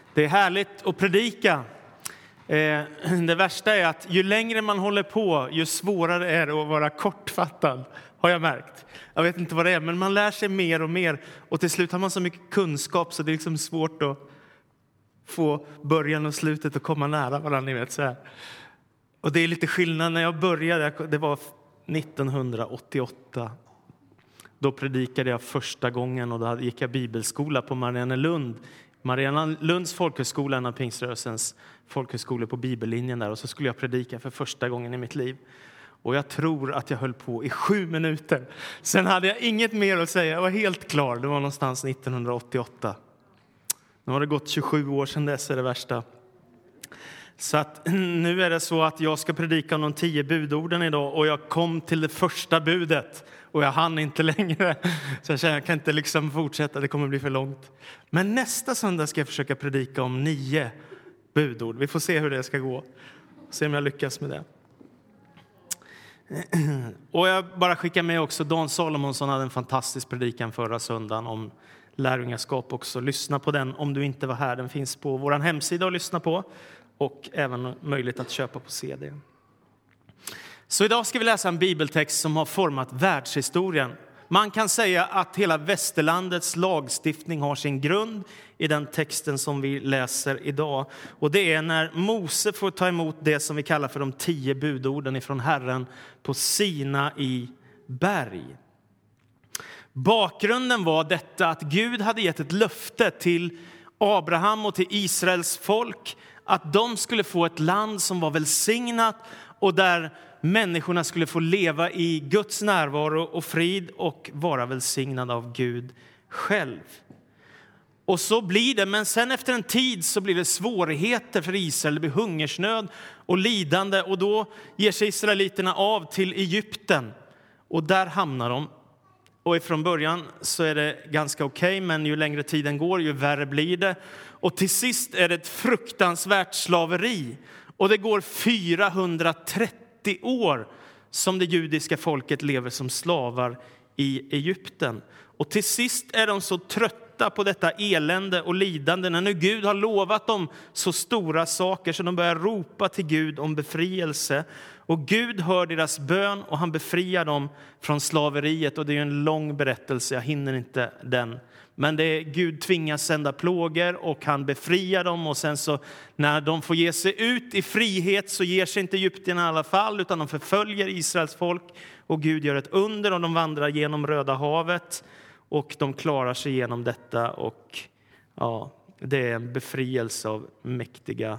Det är härligt att predika. Det värsta är att ju längre man håller på, ju svårare är det att vara kortfattad, har jag märkt. Jag vet inte vad det är, men man lär sig mer och mer. Och till slut har man så mycket kunskap så det är liksom svårt att få början och slutet att komma nära varandra, ni vet så här. Och det är lite skillnad när jag började, det var 1988. Då predikade jag första gången och då gick jag bibelskola på Mariannelund. Mariannelunds folkhögskola, en av pingströrelsens folkhögskolor på bibellinjen där. Och så skulle jag predika för första gången i mitt liv. Och jag tror att jag höll på i 7 minuter. Sen hade jag inget mer att säga, jag var helt klar. Det var någonstans 1988. Nu har det gått 27 år sedan dess, är det värsta. Så att nu är det så att jag ska predika om de 10 budorden idag. Och jag kom till det första budet. Och jag hann inte längre. Så jag känner jag kan inte liksom fortsätta, det kommer bli för långt. Men nästa söndag ska jag försöka predika om 9 budord. Vi får se hur det ska gå. Se om jag lyckas med det. Och jag bara skickar med också, Dan Salomonsson hade en fantastisk predikan förra söndagen om lärjungaskap också. Lyssna på den om du inte var här. Den finns på vår hemsida att lyssna på. Och även möjligt att köpa på CD. Så idag ska vi läsa en bibeltext som har format världshistorien. Man kan säga att hela västerlandets lagstiftning har sin grund i den texten som vi läser idag. Och det är när Mose får ta emot det som vi kallar för de 10 budorden ifrån Herren på Sinai berg. Bakgrunden var detta att Gud hade gett ett löfte till Abraham och till Israels folk att de skulle få ett land som var välsignat och där människorna skulle få leva i Guds närvaro och frid och vara välsignade av Gud själv. Och så blir det, men sen efter en tid så blir det svårigheter för Israel. Det blir hungersnöd och lidande och då ger sig israeliterna av till Egypten. Och där hamnar de. Och ifrån början så är det ganska okej, men ju längre tiden går ju värre blir det. Och till sist är det ett fruktansvärt slaveri. Och det går 430 år som det judiska folket lever som slavar i Egypten. Och till sist är de så trötta på detta elände och lidande när nu Gud har lovat dem så stora saker så de börjar ropa till Gud om befrielse. Och Gud hör deras bön och han befriar dem från slaveriet. Och det är en lång berättelse, jag hinner inte den. Men Gud tvingas sända plågor och han befriar dem. Och sen så när de får ge sig ut i frihet så ger sig inte Egyptierna i alla fall. Utan de förföljer Israels folk. Och Gud gör ett under och de vandrar genom Röda havet. Och de klarar sig genom detta. Och ja, det är en befrielse av mäktiga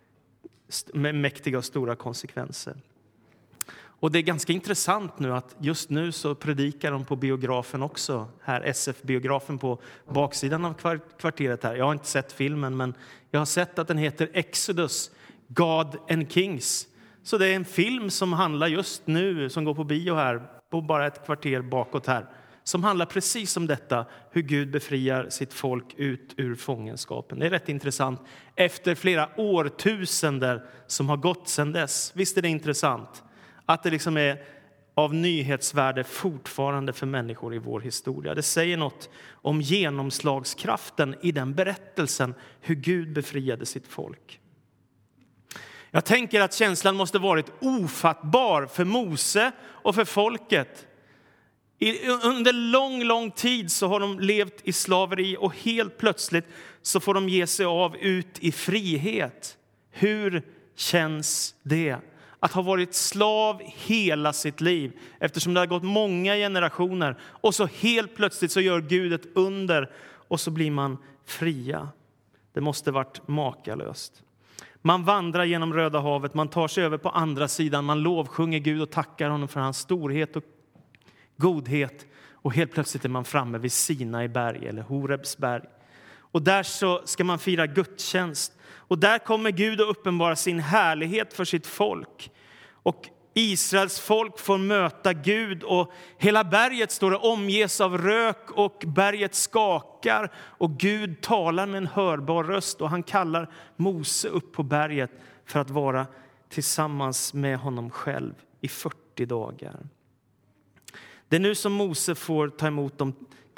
och stora konsekvenser. Och det är ganska intressant nu att just nu så predikar de på biografen också. Här SF-biografen på baksidan av kvarteret här. Jag har inte sett filmen men jag har sett att den heter Exodus, God and Kings. Så det är en film som handlar just nu, som går på bio här, på bara ett kvarter bakåt här. Som handlar precis om detta, hur Gud befriar sitt folk ut ur fångenskapen. Det är rätt intressant. Efter flera årtusenden som har gått sedan dess. Visst är det intressant? Att det liksom är av nyhetsvärde fortfarande för människor i vår historia. Det säger något om genomslagskraften i den berättelsen. Hur Gud befriade sitt folk. Jag tänker att känslan måste varit ofattbar för Mose och för folket. Under lång tid så har de levt i slaveri och helt plötsligt så får de ge sig av ut i frihet. Hur känns det? Att ha varit slav hela sitt liv eftersom det har gått många generationer och så helt plötsligt så gör Gud ett under och så blir man fria. Det måste varit makalöst. Man vandrar genom Röda havet, man tar sig över på andra sidan, man lovsjunger Gud och tackar honom för hans storhet och godhet och helt plötsligt är man framme vid Sinai berg eller Horebs berg. Och där så ska man fira gudstjänst. Och där kommer Gud att uppenbara sin härlighet för sitt folk. Och Israels folk får möta Gud och hela berget står och omges av rök och berget skakar. Och Gud talar med en hörbar röst och han kallar Mose upp på berget för att vara tillsammans med honom själv i 40 dagar. Det är nu som Mose får ta emot de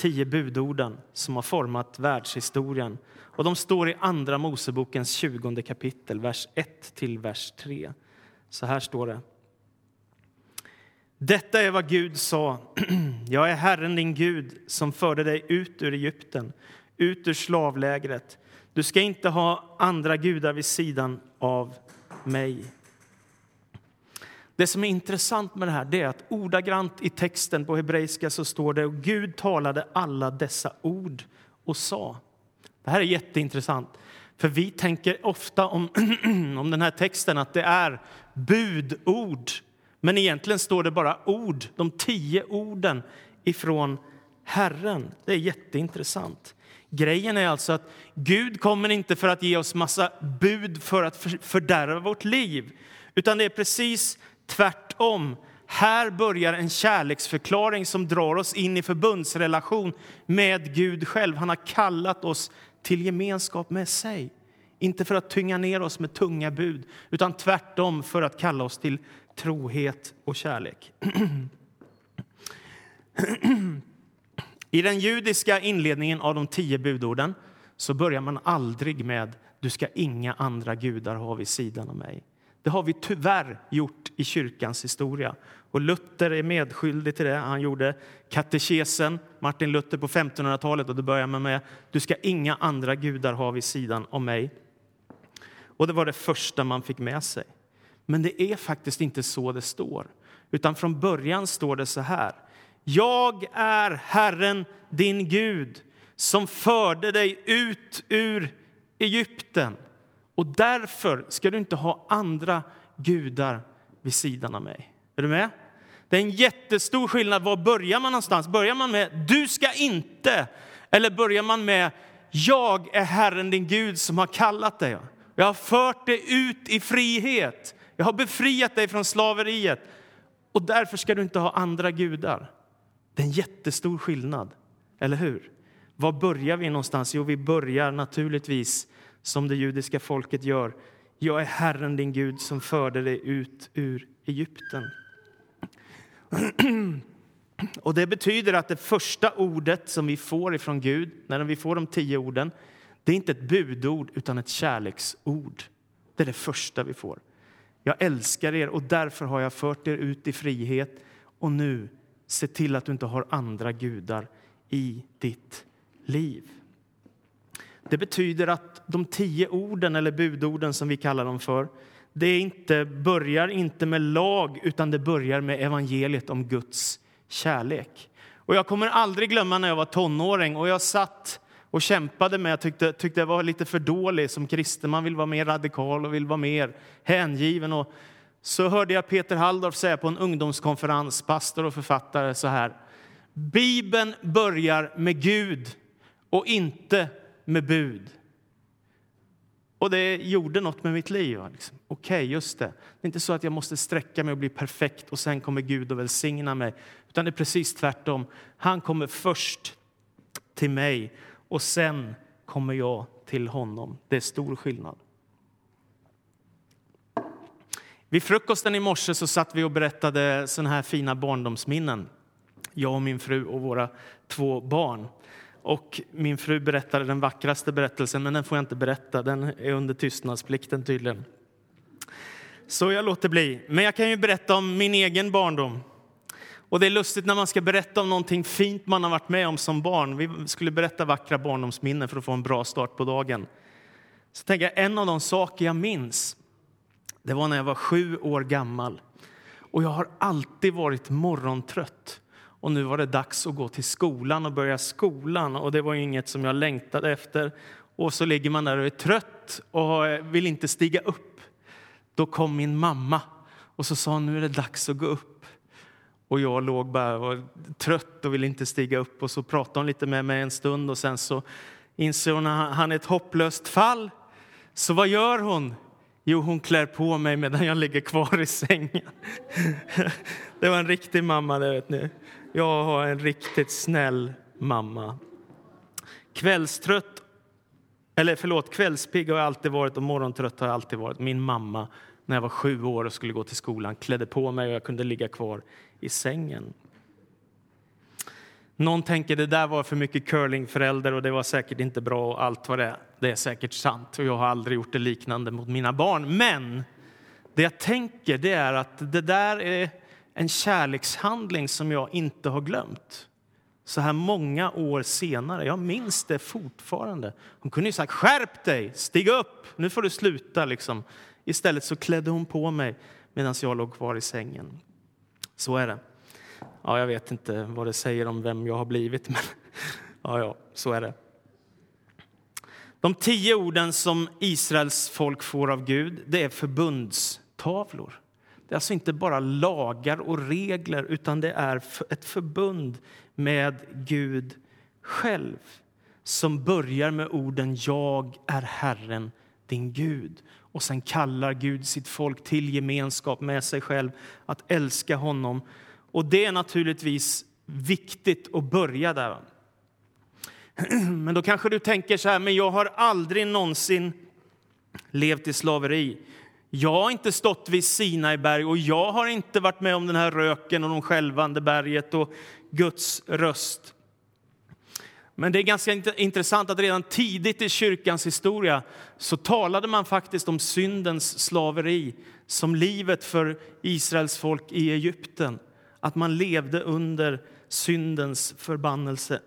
10 budorden som har format världshistorien. Och de står i andra Mosebokens 20 kapitel, vers 1 till vers 3. Så här står det. Detta är vad Gud sa. Jag är Herren din Gud som förde dig ut ur Egypten, ut ur slavlägret. Du ska inte ha andra gudar vid sidan av mig. Det som är intressant med det här är att ordagrant i texten på hebreiska så står det: och Gud talade alla dessa ord och sa. Det här är jätteintressant. För vi tänker ofta om den här texten att det är budord. Men egentligen står det bara ord, de 10 orden ifrån Herren. Det är jätteintressant. Grejen är alltså att Gud kommer inte för att ge oss massa bud för att fördärva vårt liv. Utan det är precis tvärtom. Här börjar en kärleksförklaring som drar oss in i förbundsrelation med Gud själv. Han har kallat oss till gemenskap med sig. Inte för att tynga ner oss med tunga bud, utan tvärtom för att kalla oss till trohet och kärlek. I den judiska inledningen av de 10 budorden så börjar man aldrig med: du ska inga andra gudar ha vid sidan av mig. Det har vi tyvärr gjort i kyrkans historia. Och Luther är medskyldig till det. Han gjorde katekesen, Martin Luther, på 1500-talet. Och då börjar man med: du ska inga andra gudar ha vid sidan av mig. Och det var det första man fick med sig. Men det är faktiskt inte så det står. Utan från början står det så här: jag är Herren din Gud som förde dig ut ur Egypten. Och därför ska du inte ha andra gudar vid sidan av mig. Är du med? Det är en jättestor skillnad. Var börjar man någonstans? Börjar man med du ska inte? Eller börjar man med jag är Herren din Gud som har kallat dig? Jag har fört dig ut i frihet. Jag har befriat dig från slaveriet. Och därför ska du inte ha andra gudar. Det är en jättestor skillnad. Eller hur? Var börjar vi någonstans? Jo, vi börjar naturligtvis som det judiska folket gör. Jag är Herren din Gud som förde dig ut ur Egypten. Och det betyder att det första ordet som vi får ifrån Gud, när vi får de 10 orden, det är inte ett budord utan ett kärleksord. Det är det första vi får. Jag älskar er och därför har jag fört er ut i frihet. Och nu, se till att du inte har andra gudar i ditt liv. Det betyder att de 10 orden eller budorden som vi kallar dem för, det börjar inte med lag utan det börjar med evangeliet om Guds kärlek. Och jag kommer aldrig glömma när jag var tonåring och jag satt och kämpade med, jag tyckte jag var lite för dålig som kristen. Man vill vara mer radikal och vill vara mer hängiven. Och så hörde jag Peter Halldorf säga på en ungdomskonferens, pastor och författare, så här: Bibeln börjar med Gud och inte med bud. Och det gjorde något med mitt liv. Liksom. Okej, just det. Det är inte så att jag måste sträcka mig och bli perfekt och sen kommer Gud och välsigna mig. Utan det är precis tvärtom. Han kommer först till mig och sen kommer jag till honom. Det är stor skillnad. Vid frukosten i morse så satt vi och berättade såna här fina barndomsminnen. Jag och min fru och våra 2 barn. Och min fru berättade den vackraste berättelsen, men den får jag inte berätta. Den är under tystnadsplikten tydligen. Så jag låter bli. Men jag kan ju berätta om min egen barndom. Och det är lustigt när man ska berätta om någonting fint man har varit med om som barn. Vi skulle berätta vackra barndomsminnen för att få en bra start på dagen. Så tänker jag, en av de saker jag minns, det var när jag var 7 år gammal. Och jag har alltid varit morgontrött. Och nu var det dags att gå till skolan och börja skolan. Och det var inget som jag längtade efter. Och så ligger man där och är trött och vill inte stiga upp. Då kom min mamma och så sa hon, nu är det dags att gå upp. Och jag låg bara och var trött och ville inte stiga upp. Och så pratade hon lite med mig en stund och sen så inser hon att han är ett hopplöst fall. Så vad gör hon? Jo, hon klär på mig medan jag ligger kvar i sängen. Det var en riktig mamma, det vet ni. Jag har en riktigt snäll mamma. Kvällspigg har jag alltid varit och morgontrött har jag alltid varit. Min mamma, när jag var 7 år och skulle gå till skolan, klädde på mig och jag kunde ligga kvar i sängen. Någon tänker det där var för mycket curlingförälder och det var säkert inte bra och allt vad det är. Det är säkert sant och jag har aldrig gjort det liknande mot mina barn. Men det jag tänker det är att det där är en kärlekshandling som jag inte har glömt. Så här många år senare, jag minns det fortfarande. Hon kunde ju sagt, skärp dig, stig upp, nu får du sluta liksom. Istället så klädde hon på mig medan jag låg kvar i sängen. Så är det. Ja, jag vet inte vad det säger om vem jag har blivit, men ja, så är det. De 10 orden som Israels folk får av Gud, det är förbundstavlor. Det är alltså inte bara lagar och regler, utan det är ett förbund med Gud själv. Som börjar med orden, jag är Herren, din Gud. Och sen kallar Gud sitt folk till gemenskap med sig själv, att älska honom. Och det är naturligtvis viktigt att börja där. Men då kanske du tänker så här, men jag har aldrig någonsin levt i slaveri. Jag har inte stått vid Sinaiberg och jag har inte varit med om den här röken och de skälvande berget och Guds röst. Men det är ganska intressant att redan tidigt i kyrkans historia så talade man faktiskt om syndens slaveri som livet för Israels folk i Egypten. Att man levde under syndens förbannelse.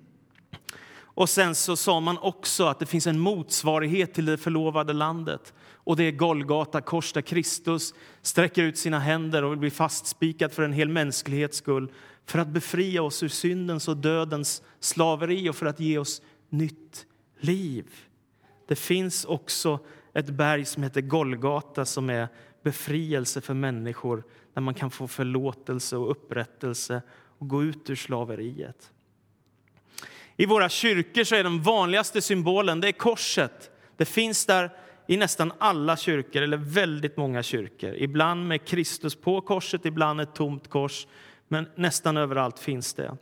Och sen så sa man också att det finns en motsvarighet till det förlovade landet. Och det är Golgata kors där Kristus sträcker ut sina händer och blir fastspikad för en hel mänsklighets skull. För att befria oss ur syndens och dödens slaveri och för att ge oss nytt liv. Det finns också ett berg som heter Golgata som är befrielse för människor. Där man kan få förlåtelse och upprättelse och gå ut ur slaveriet. I våra kyrkor så är den vanligaste symbolen, det är korset. Det finns där i nästan alla kyrkor, eller väldigt många kyrkor. Ibland med Kristus på korset, ibland ett tomt kors. Men nästan överallt finns det.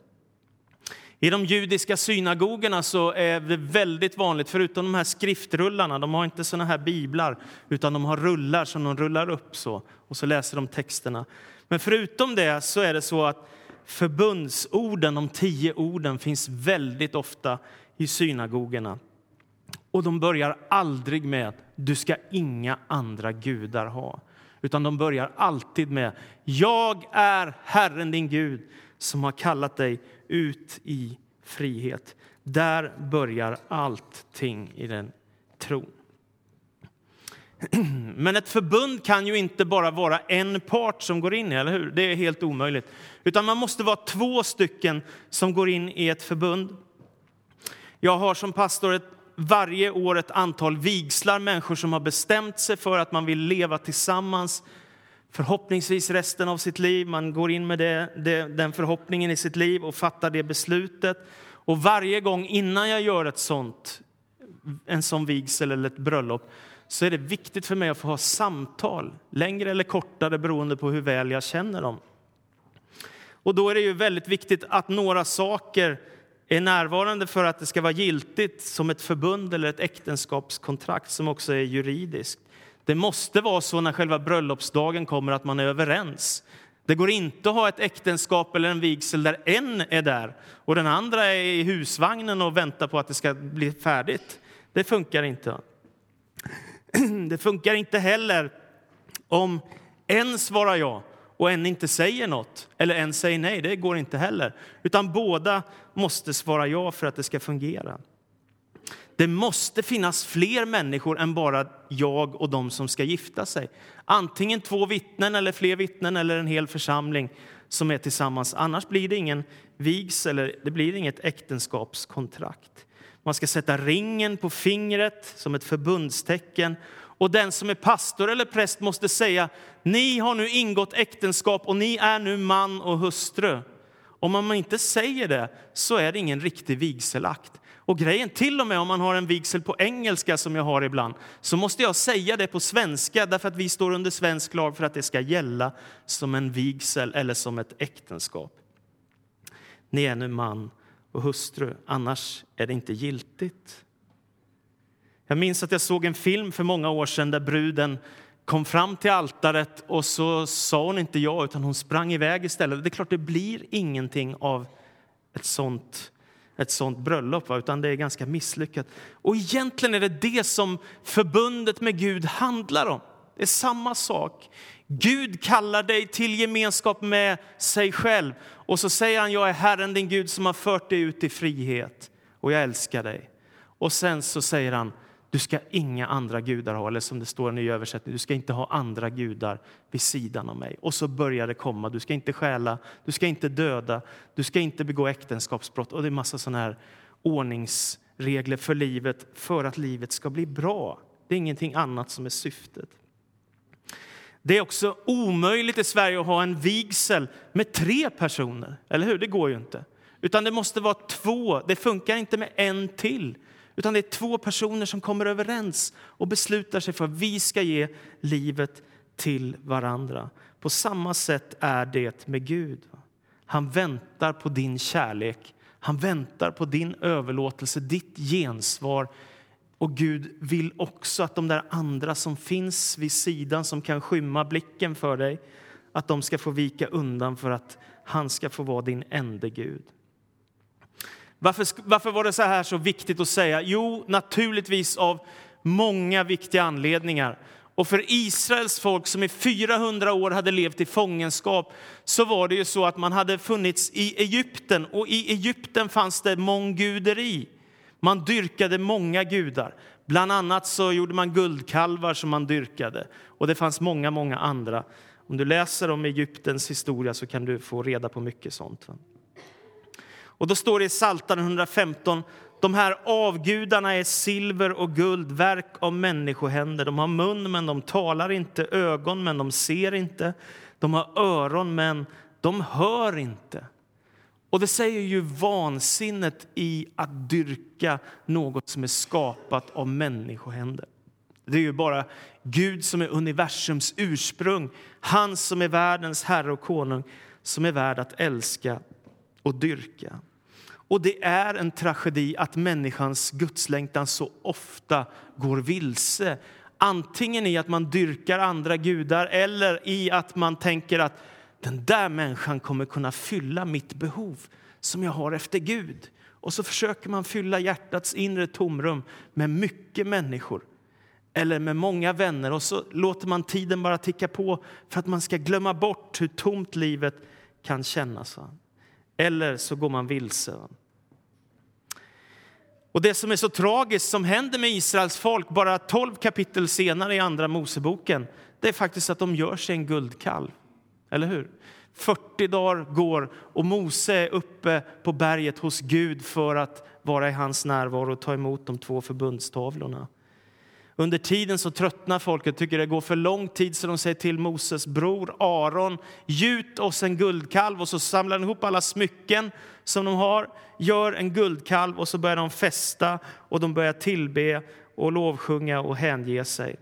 I de judiska synagogorna så är det väldigt vanligt, förutom de här skriftrullarna, de har inte såna här biblar, utan de har rullar som de rullar upp så. Och så läser de texterna. Men förutom det så är det så att förbundsorden, de 10 orden, finns väldigt ofta i synagogorna. Och de börjar aldrig med, du ska inga andra gudar ha. Utan de börjar alltid med, jag är Herren din Gud som har kallat dig ut i frihet. Där börjar allting i den tron. Men ett förbund kan ju inte bara vara en part som går in i, eller hur? Det är helt omöjligt. Utan man måste vara 2 stycken som går in i ett förbund. Jag har som pastor varje år ett antal vigslar, människor som har bestämt sig för att man vill leva tillsammans. Förhoppningsvis resten av sitt liv. Man går in med den förhoppningen i sitt liv och fattar det beslutet. Och varje gång innan jag gör en sån vigsel eller ett bröllop, så är det viktigt för mig att få ha samtal. Längre eller kortare beroende på hur väl jag känner dem. Och då är det ju väldigt viktigt att några saker är närvarande för att det ska vara giltigt som ett förbund eller ett äktenskapskontrakt som också är juridiskt. Det måste vara så när själva bröllopsdagen kommer att man är överens. Det går inte att ha ett äktenskap eller en vigsel där en är där och den andra är i husvagnen och väntar på att det ska bli färdigt. Det funkar inte. Det funkar inte heller om en svarar ja och en inte säger något eller en säger nej. Det går inte heller. Utan båda måste svara ja för att det ska fungera. Det måste finnas fler människor än bara jag och de som ska gifta sig. Antingen 2 vittnen eller fler vittnen eller en hel församling som är tillsammans. Annars blir det ingen vigsel eller det blir inget äktenskapskontrakt. Man ska sätta ringen på fingret som ett förbundstecken. Och den som är pastor eller präst måste säga, ni har nu ingått äktenskap och ni är nu man och hustru. Om man inte säger det så är det ingen riktig vigselakt. Och grejen, till och med om man har en vigsel på engelska som jag har ibland, så måste jag säga det på svenska därför att vi står under svensk lag för att det ska gälla som en vigsel eller som ett äktenskap. Ni är nu man och hustru, annars är det inte giltigt. Jag minns att jag såg en film för många år sedan där bruden kom fram till altaret och så sa hon inte ja utan hon sprang iväg istället. Det är klart det blir ingenting av ett sånt bröllop, va? Utan det är ganska misslyckat. Och egentligen är det som förbundet med Gud handlar om. Det är samma sak. Gud kallar dig till gemenskap med sig själv. Och så säger han, jag är Herren din Gud som har fört dig ut i frihet. Och jag älskar dig. Och sen så säger han, du ska inga andra gudar ha. Eller som det står i en ny översättning, du ska inte ha andra gudar vid sidan av mig. Och så börjar det komma, du ska inte stjäla, du ska inte döda, du ska inte begå äktenskapsbrott. Och det är massa sådana här ordningsregler för livet, för att livet ska bli bra. Det är ingenting annat som är syftet. Det är också omöjligt i Sverige att ha en vigsel med 3 personer. Eller hur? Det går ju inte. Utan det måste vara 2. Det funkar inte med en till. Utan det är 2 personer som kommer överens och beslutar sig för att vi ska ge livet till varandra. På samma sätt är det med Gud. Han väntar på din kärlek. Han väntar på din överlåtelse, ditt gensvar. Och Gud vill också att de där andra som finns vid sidan, som kan skymma blicken för dig, att de ska få vika undan för att han ska få vara din ende Gud. Varför var det så här så viktigt att säga? Jo, naturligtvis av många viktiga anledningar. Och för Israels folk som i 400 år hade levt i fångenskap, så var det ju så att man hade funnits i Egypten. Och i Egypten fanns det mångguderi. Man dyrkade många gudar. Bland annat så gjorde man guldkalvar som man dyrkade. Och det fanns många, många andra. Om du läser om Egyptens historia så kan du få reda på mycket sånt. Och då står det i Psaltaren 115, de här avgudarna är silver och guld, verk av människohänder. De har mun men de talar inte, ögon men de ser inte. De har öron men de hör inte. Och det säger ju vansinnet i att dyrka något som är skapat av människohänder. Det är ju bara Gud som är universums ursprung. Han som är världens herre och konung, som är värd att älska och dyrka. Och det är en tragedi att människans gudslängtan så ofta går vilse. Antingen i att man dyrkar andra gudar eller i att man tänker att den där människan kommer kunna fylla mitt behov som jag har efter Gud. Och så försöker man fylla hjärtats inre tomrum med mycket människor eller med många vänner. Och så låter man tiden bara ticka på för att man ska glömma bort hur tomt livet kan kännas. Eller så går man vilse. Och det som är så tragiskt som händer med Israels folk bara 12 kapitel senare i andra Moseboken, det är faktiskt att de gör sig en guldkalv. Eller hur? 40 dagar går och Mose är uppe på berget hos Gud för att vara i hans närvaro och ta emot de 2 förbundstavlorna. Under tiden så tröttnar folket, tycker det går för lång tid, så de säger till Moses bror Aron, gjut oss en guldkalv. Och så samlar de ihop alla smycken som de har, gör en guldkalv och så börjar de festa och de börjar tillbe och lovsjunga och hänge sig.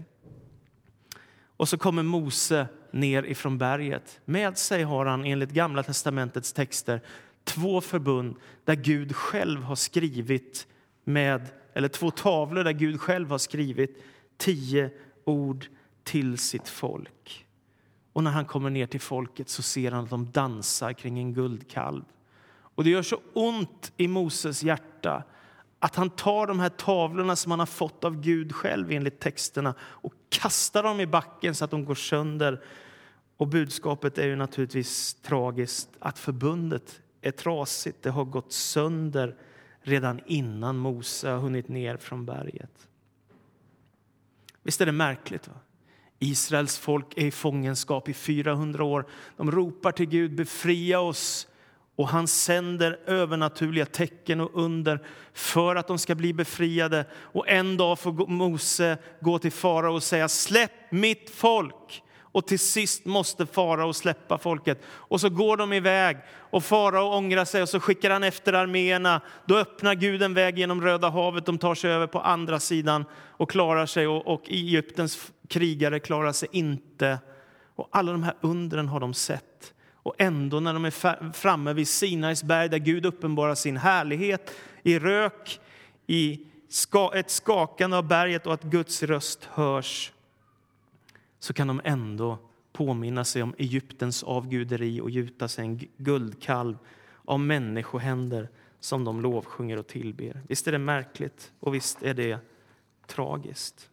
Och så kommer Mose ner ifrån berget. Med sig har han enligt Gamla testamentets texter 2 förbund där Gud själv har skrivit eller 2 tavlor där Gud själv har skrivit 10 ord till sitt folk. Och när han kommer ner till folket så ser han att de dansar kring en guldkalv. Och det gör så ont i Moses hjärta att han tar de här tavlorna som han har fått av Gud själv enligt texterna och kastar dem i backen så att de går sönder. Och budskapet är ju naturligtvis tragiskt, att förbundet är trasigt. Det har gått sönder redan innan Mose har hunnit ner från berget. Visst är det märkligt, va? Israels folk är i fångenskap i 400 år. De ropar till Gud, befria oss. Och han sänder övernaturliga tecken och under för att de ska bli befriade. Och en dag får Mose gå till farao och säga, släpp mitt folk. Och till sist måste farao släppa folket. Och så går de iväg och farao ångrar sig och så skickar han efter arméerna. Då öppnar Gud en väg genom Röda havet. De tar sig över på andra sidan och klarar sig. Och Egyptens krigare klarar sig inte. Och alla de här undren har de sett. Och ändå när de är framme vid Sinais berg där Gud uppenbarar sin härlighet i rök, i ett skakande av berget och att Guds röst hörs, så kan de ändå påminna sig om Egyptens avguderi och gjuta sig en guldkalv av människohänder som de lovsjunger och tillber. Visst är det märkligt och visst är det tragiskt.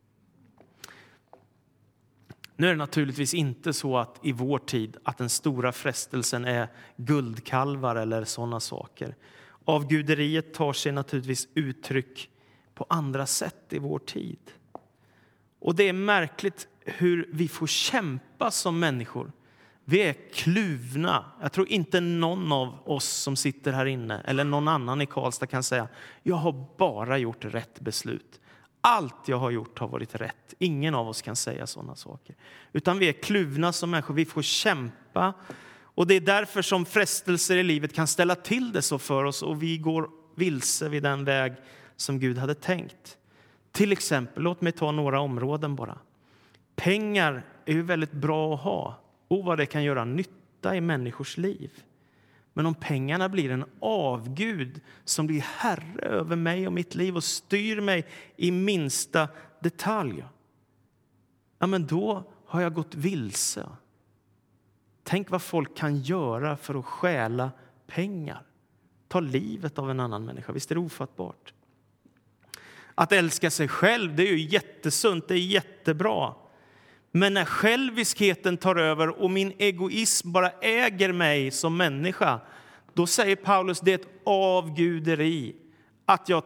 Nu är det naturligtvis inte så att i vår tid att den stora frestelsen är guldkalvar eller sådana saker. Avguderiet tar sig naturligtvis uttryck på andra sätt i vår tid. Och det är märkligt hur vi får kämpa som människor. Vi är kluvna. Jag tror inte någon av oss som sitter här inne eller någon annan i Karlstad kan säga jag har bara gjort rätt beslut. Allt jag har gjort har varit rätt. Ingen av oss kan säga sådana saker. Utan vi är kluvna som människor. Vi får kämpa. Och det är därför som frestelser i livet kan ställa till det så för oss. Och vi går vilse vid den väg som Gud hade tänkt. Till exempel, låt mig ta några områden bara. Pengar är ju väldigt bra att ha. Och vad det kan göra nytta i människors liv. Men om pengarna blir en avgud som blir herre över mig och mitt liv och styr mig i minsta detalj. Ja, men då har jag gått vilse. Tänk vad folk kan göra för att stjäla pengar. Ta livet av en annan människa. Visst är det ofattbart? Att älska sig själv, det är ju jättesunt, det är jättebra. Men när själviskheten tar över och min egoism bara äger mig som människa, då säger Paulus det är ett avguderi. Att jag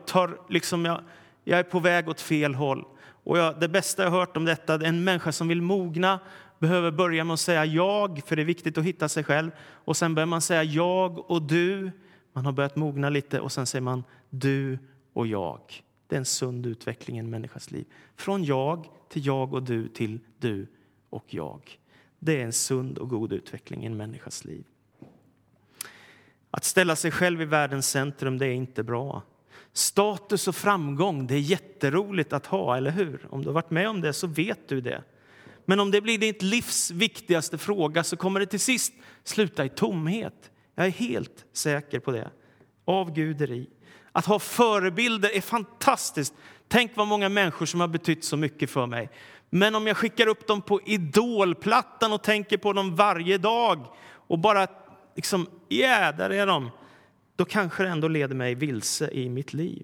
är på väg åt fel håll. Och det bästa jag har hört om detta är en människa som vill mogna behöver börja med att säga jag, för det är viktigt att hitta sig själv. Och sen börjar man säga jag och du. Man har börjat mogna lite och sen säger man du och jag. Det är en sund utveckling i en människas liv. Från jag till jag och du till du och jag. Det är en sund och god utveckling i en människas liv. Att ställa sig själv i världens centrum, det är inte bra. Status och framgång, det är jätteroligt att ha, eller hur? Om du har varit med om det så vet du det. Men om det blir ditt livs viktigaste fråga så kommer det till sist sluta i tomhet. Jag är helt säker på det. Avguderi. Att ha förebilder är fantastiskt. Tänk vad många människor som har betytt så mycket för mig. Men om jag skickar upp dem på idolplattan och tänker på dem varje dag och bara där är de. Då kanske det ändå leder mig vilse i mitt liv.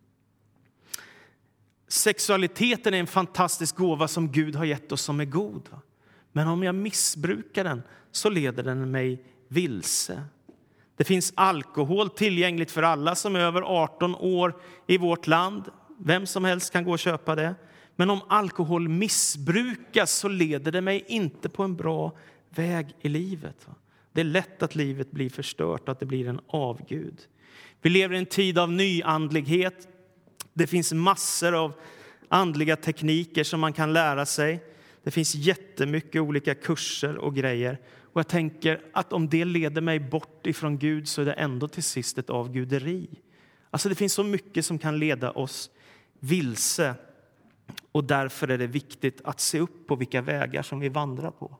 Sexualiteten är en fantastisk gåva som Gud har gett oss som är god. Men om jag missbrukar den så leder den mig vilse. Det finns alkohol tillgängligt för alla som är över 18 år i vårt land. Vem som helst kan gå och köpa det. Men om alkohol missbrukas så leder det mig inte på en bra väg i livet. Det är lätt att livet blir förstört och att det blir en avgud. Vi lever i en tid av nyandlighet. Det finns massor av andliga tekniker som man kan lära sig. Det finns jättemycket olika kurser och grejer. Och jag tänker att om det leder mig bort ifrån Gud så är det ändå till sist ett avguderi. Alltså det finns så mycket som kan leda oss vilse. Och därför är det viktigt att se upp på vilka vägar som vi vandrar på.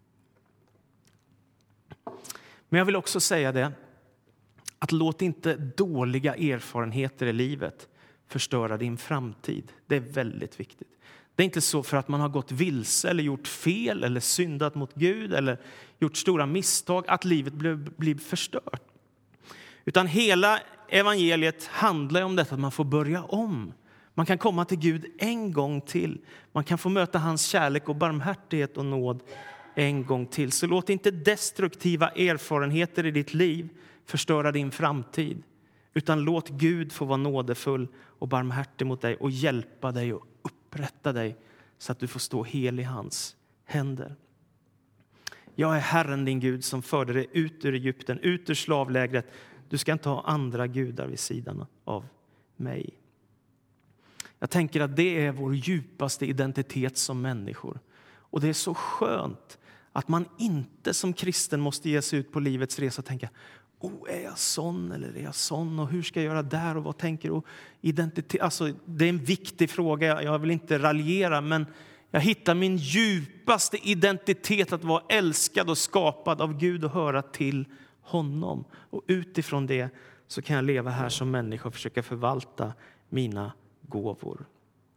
Men jag vill också säga det. Att låt inte dåliga erfarenheter i livet förstöra din framtid. Det är väldigt viktigt. Det är inte så för att man har gått vilse eller gjort fel eller syndat mot Gud eller gjort stora misstag att livet blir förstört. Utan hela evangeliet handlar om detta att man får börja om. Man kan komma till Gud en gång till. Man kan få möta hans kärlek och barmhärtighet och nåd en gång till. Så låt inte destruktiva erfarenheter i ditt liv förstöra din framtid. Utan låt Gud få vara nådefull och barmhärtig mot dig och hjälpa dig och upprätta dig så att du får stå hel i hans händer. Jag är Herren din Gud som förde dig ut ur Egypten, ut ur slavlägret. Du ska inte ha andra gudar vid sidan av mig. Jag tänker att det är vår djupaste identitet som människor. Och det är så skönt att man inte som kristen måste ge sig ut på livets resa och tänka är jag sån eller är jag sån och hur ska jag göra där och vad tänker du? Identitet, alltså det är en viktig fråga, jag vill inte raljera men jag hittar min djupaste identitet att vara älskad och skapad av Gud och höra till honom. Och utifrån det så kan jag leva här som människa och försöka förvalta mina gåvor.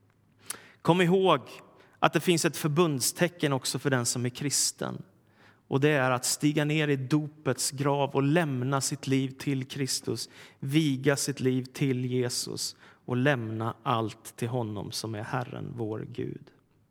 Kom ihåg att det finns ett förbundstecken också för den som är kristen. Och det är att stiga ner i dopets grav och lämna sitt liv till Kristus. Viga sitt liv till Jesus och lämna allt till honom som är Herren, vår Gud.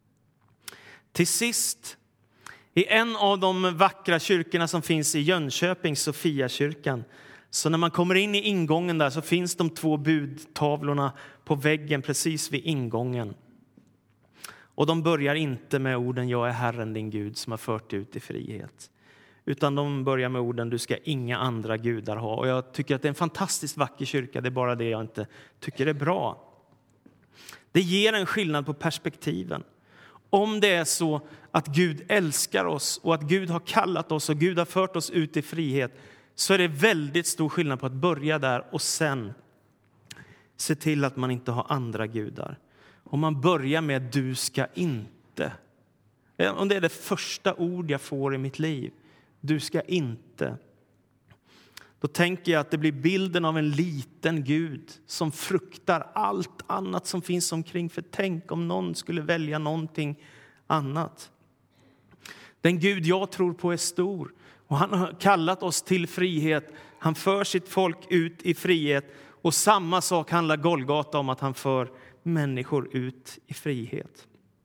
Till sist, i en av de vackra kyrkorna som finns i Jönköping, Sofiakyrkan, så när man kommer in i ingången där så finns de 2 budtavlorna på väggen precis vid ingången. Och de börjar inte med orden jag är Herren din Gud som har fört dig ut i frihet. Utan de börjar med orden du ska inga andra gudar ha. Och jag tycker att det är en fantastiskt vacker kyrka. Det är bara det jag inte tycker är bra. Det ger en skillnad på perspektiven. Om det är så att Gud älskar oss och att Gud har kallat oss och Gud har fört oss ut i frihet, så är det väldigt stor skillnad på att börja där och sen se till att man inte har andra gudar. Om man börjar med du ska inte. Om det är det första ord jag får i mitt liv. Du ska inte. Då tänker jag att det blir bilden av en liten Gud som fruktar allt annat som finns omkring. För tänk om någon skulle välja någonting annat. Den Gud jag tror på är stor. Och han har kallat oss till frihet. Han för sitt folk ut i frihet. Och samma sak handlar Golgata om, att han för människor ut i frihet.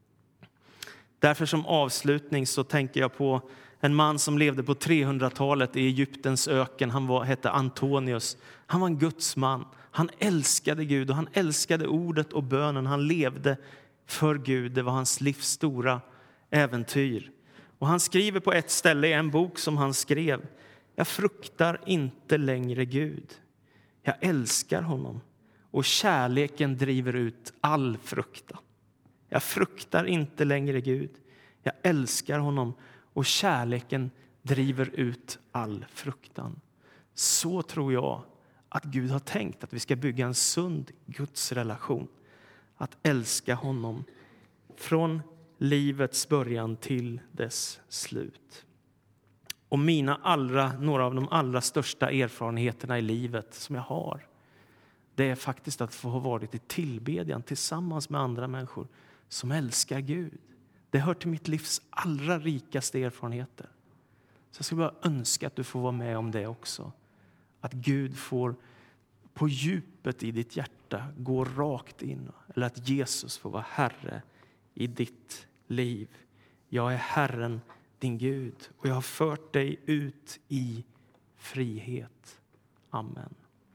Därför som avslutning så tänker jag på en man som levde på 300-talet i Egyptens öken. Hette Antonius. Han var en Guds man. Han älskade Gud och han älskade ordet och bönen. Han levde för Gud. Det var hans livs stora äventyr. Och han skriver på ett ställe i en bok som han skrev: jag fruktar inte längre Gud. Jag älskar honom. Och kärleken driver ut all fruktan. Jag fruktar inte längre Gud. Jag älskar honom. Och kärleken driver ut all fruktan. Så tror jag att Gud har tänkt att vi ska bygga en sund Guds relation. Att älska honom från livets början till dess slut. Och några av de allra största erfarenheterna i livet som jag har, det är faktiskt att få ha varit i tillbedjan tillsammans med andra människor som älskar Gud. Det hör till mitt livs allra rikaste erfarenheter. Så jag skulle bara önska att du får vara med om det också. Att Gud får på djupet i ditt hjärta gå rakt in. Eller att Jesus får vara Herre i ditt liv. Jag är Herren din Gud och jag har fört dig ut i frihet. Amen.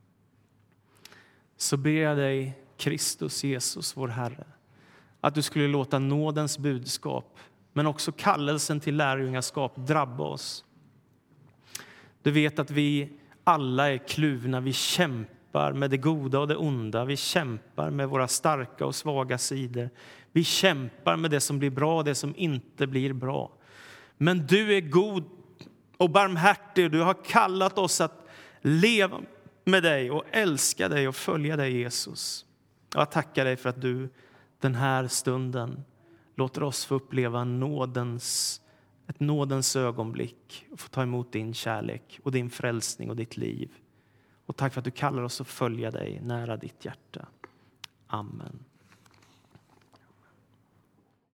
Så ber jag dig, Kristus Jesus, vår Herre, att du skulle låta nådens budskap, men också kallelsen till lärjungaskap drabba oss. Du vet att vi alla är kluvna, vi kämpar med det goda och det onda. Vi kämpar med våra starka och svaga sidor. Vi kämpar med det som blir bra och det som inte blir bra. Men du är god och barmhärtig och du har kallat oss att leva med dig och älska dig och följa dig, Jesus. Jag tackar dig för att du den här stunden låter oss få uppleva ett nådens ögonblick och få ta emot din kärlek och din frälsning och ditt liv. Och tack för att du kallar oss att följa dig nära ditt hjärta. Amen.